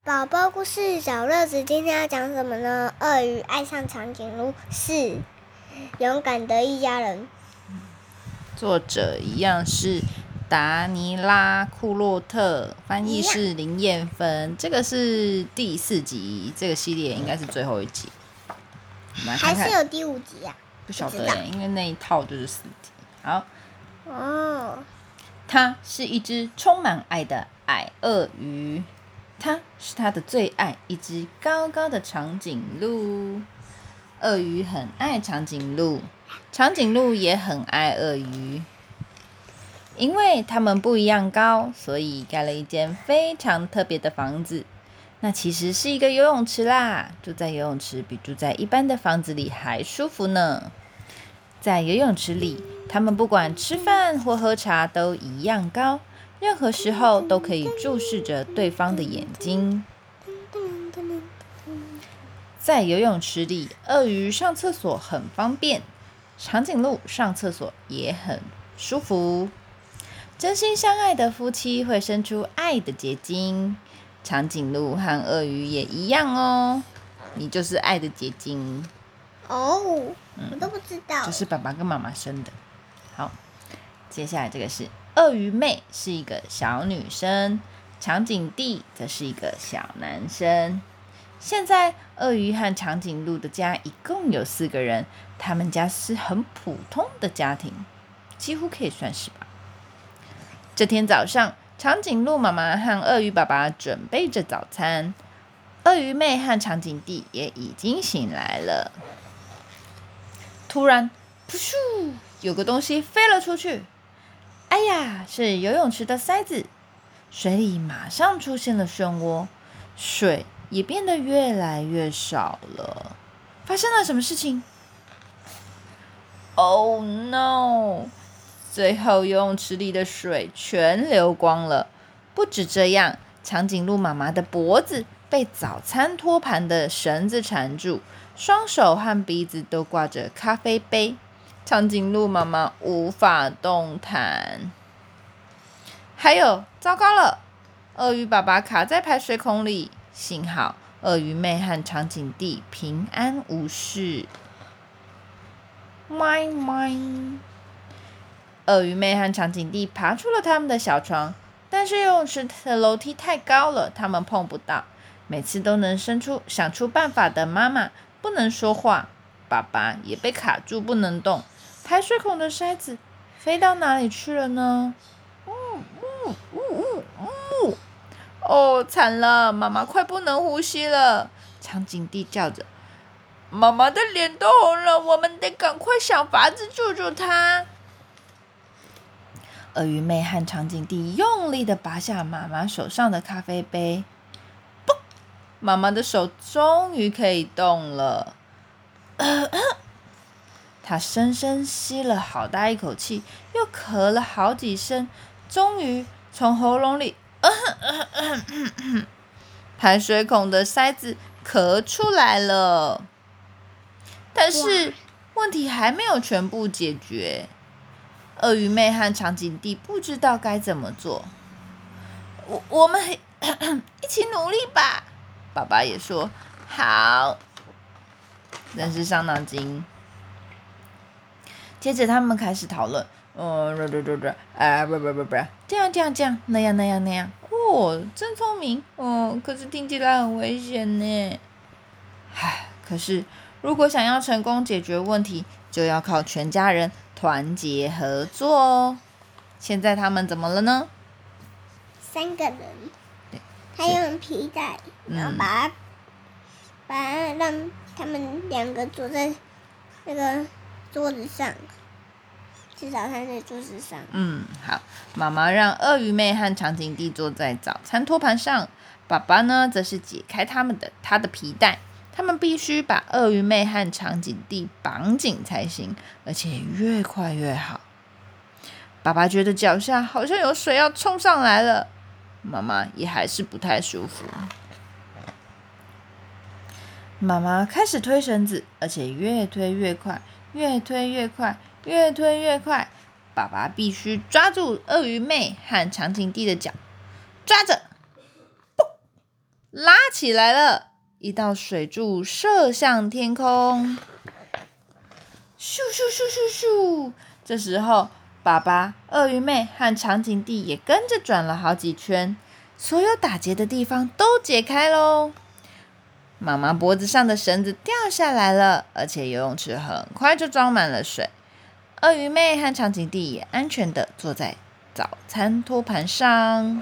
宝宝故事小乐子今天要讲什么呢？鳄鱼爱上长颈鹿4，勇敢的一家人。 作者一样是达尼拉·库洛特，翻译是林燕芬。这个是第4集，这个系列应该是最后一集。我们来看看， 还是有第5集啊？ 不晓得耶，因为那一套就是4集。好，它是一只充满爱的矮鳄鱼，它是它的最爱，一只高高的长颈鹿。鳄鱼很爱长颈鹿，长颈鹿也很爱鳄鱼。因为它们不一样高，所以盖了一间非常特别的房子。那其实是一个游泳池啦，住在游泳池比住在一般的房子里还舒服呢。在游泳池里，他们不管吃饭或喝茶都一样高，任何时候都可以注视着对方的眼睛。在游泳池里，鳄鱼上厕所很方便，长颈鹿上厕所也很舒服。真心相爱的夫妻会生出爱的结晶，长颈鹿和鳄鱼也一样哦。你就是爱的结晶哦，我都不知道， 就是爸爸跟妈妈生的。好，接下来这个是鳄鱼妹，是一个小女生，长颈弟则是一个小男生。现在鳄鱼和长颈鹿的家一共有4个人，他们家是很普通的家庭，几乎可以算是吧。这天早上，长颈鹿妈妈和鳄鱼爸爸准备着早餐，鳄鱼妹和长颈弟也已经醒来了。突然，噗咻，有个东西飞了出去。哎呀，是游泳池的塞子，水里马上出现了漩涡，水也变得越来越少了。发生了什么事情？ Oh no！ 最后游泳池里的水全流光了。不止这样，长颈鹿妈妈的脖子被早餐托盘的绳子缠住，双手和鼻子都挂着咖啡杯，长颈鹿妈妈无法动弹。还有，糟糕了，鳄鱼爸爸卡在排水孔里，幸好鳄鱼妹和长颈弟平安无事。咪咪，鳄鱼妹和长颈弟爬出了他们的小床，但是游泳池的楼梯太高了，他们碰不到。每次都能想出办法的妈妈不能说话，爸爸也被卡住不能动。排水孔的筛子飞到哪里去了呢？哦，惨了，妈妈快不能呼吸了！长颈弟叫着，妈妈的脸都红了，我们得赶快想法子救救她。鳄鱼妹和长颈弟用力地拔下妈妈手上的咖啡杯，嘣！妈妈的手终于可以动了。她深深吸了好大一口气，又咳了好几声，终于从喉咙里排水孔的塞子咳出来了。但是问题还没有全部解决，鳄鱼妹和长颈弟不知道该怎么做。我们一起努力吧，爸爸也说好，真是伤脑筋。接着他们开始讨论，这样，那样，哦，真聪明，可是听起来很危险呢。可是如果想要成功解决问题，就要靠全家人团结合作哦。现在他们怎么了呢 ？3个人，他用皮带，然后把让他们2个坐在那个桌子上，吃早餐的桌子上。 好，妈妈让鳄鱼妹和长颈弟坐在早餐托盘上，爸爸呢，则是解开他的皮带。他们必须把鳄鱼妹和长颈弟绑紧才行，而且越快越好。爸爸觉得脚下好像有水要冲上来了，妈妈也还是不太舒服。妈妈开始推绳子，而且越推越快，越推越快，越推越快。爸爸必须抓住鳄鱼妹和长颈弟的脚，抓着， 拉起来了，一道水柱射向天空。咻咻咻咻咻！这时候，爸爸、鳄鱼妹和长颈弟也跟着转了好几圈，所有打结的地方都解开喽。妈妈脖子上的绳子掉下来了，而且游泳池很快就装满了水。鳄鱼妹和长颈弟也安全地坐在早餐托盘上。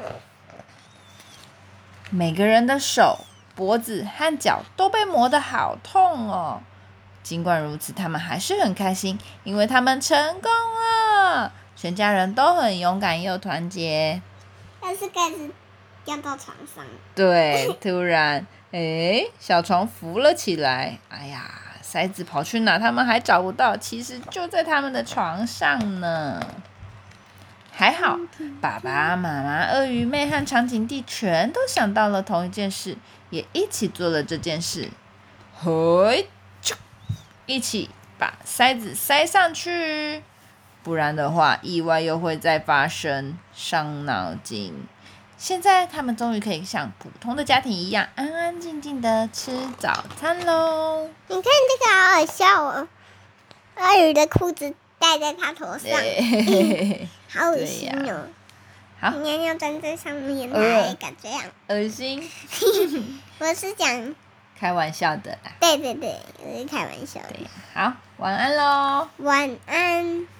每个人的手、脖子和脚都被磨得好痛哦。尽管如此，他们还是很开心，因为他们成功了。全家人都很勇敢又团结。 但是盖子掉到床上。 对，突然，小床浮了起来。哎呀，塞子跑去哪？他们还找不到，其实就在他们的床上呢。还好，爸爸妈妈、鳄鱼妹和长颈弟全都想到了同一件事，也一起做了这件事。嘿，一起把塞子塞上去，不然的话，意外又会再发生，伤脑筋。现在他们终于可以像普通的家庭一样，安安静静的吃早餐喽。 你看这个好好笑哦，鳄鱼的裤子戴在他头上，好恶心哦！ 好， 尿尿粘在上面，他也敢这样？ 恶心。 我是讲开玩笑的啦。 对，我是开玩笑的。 好，晚安喽。 晚安。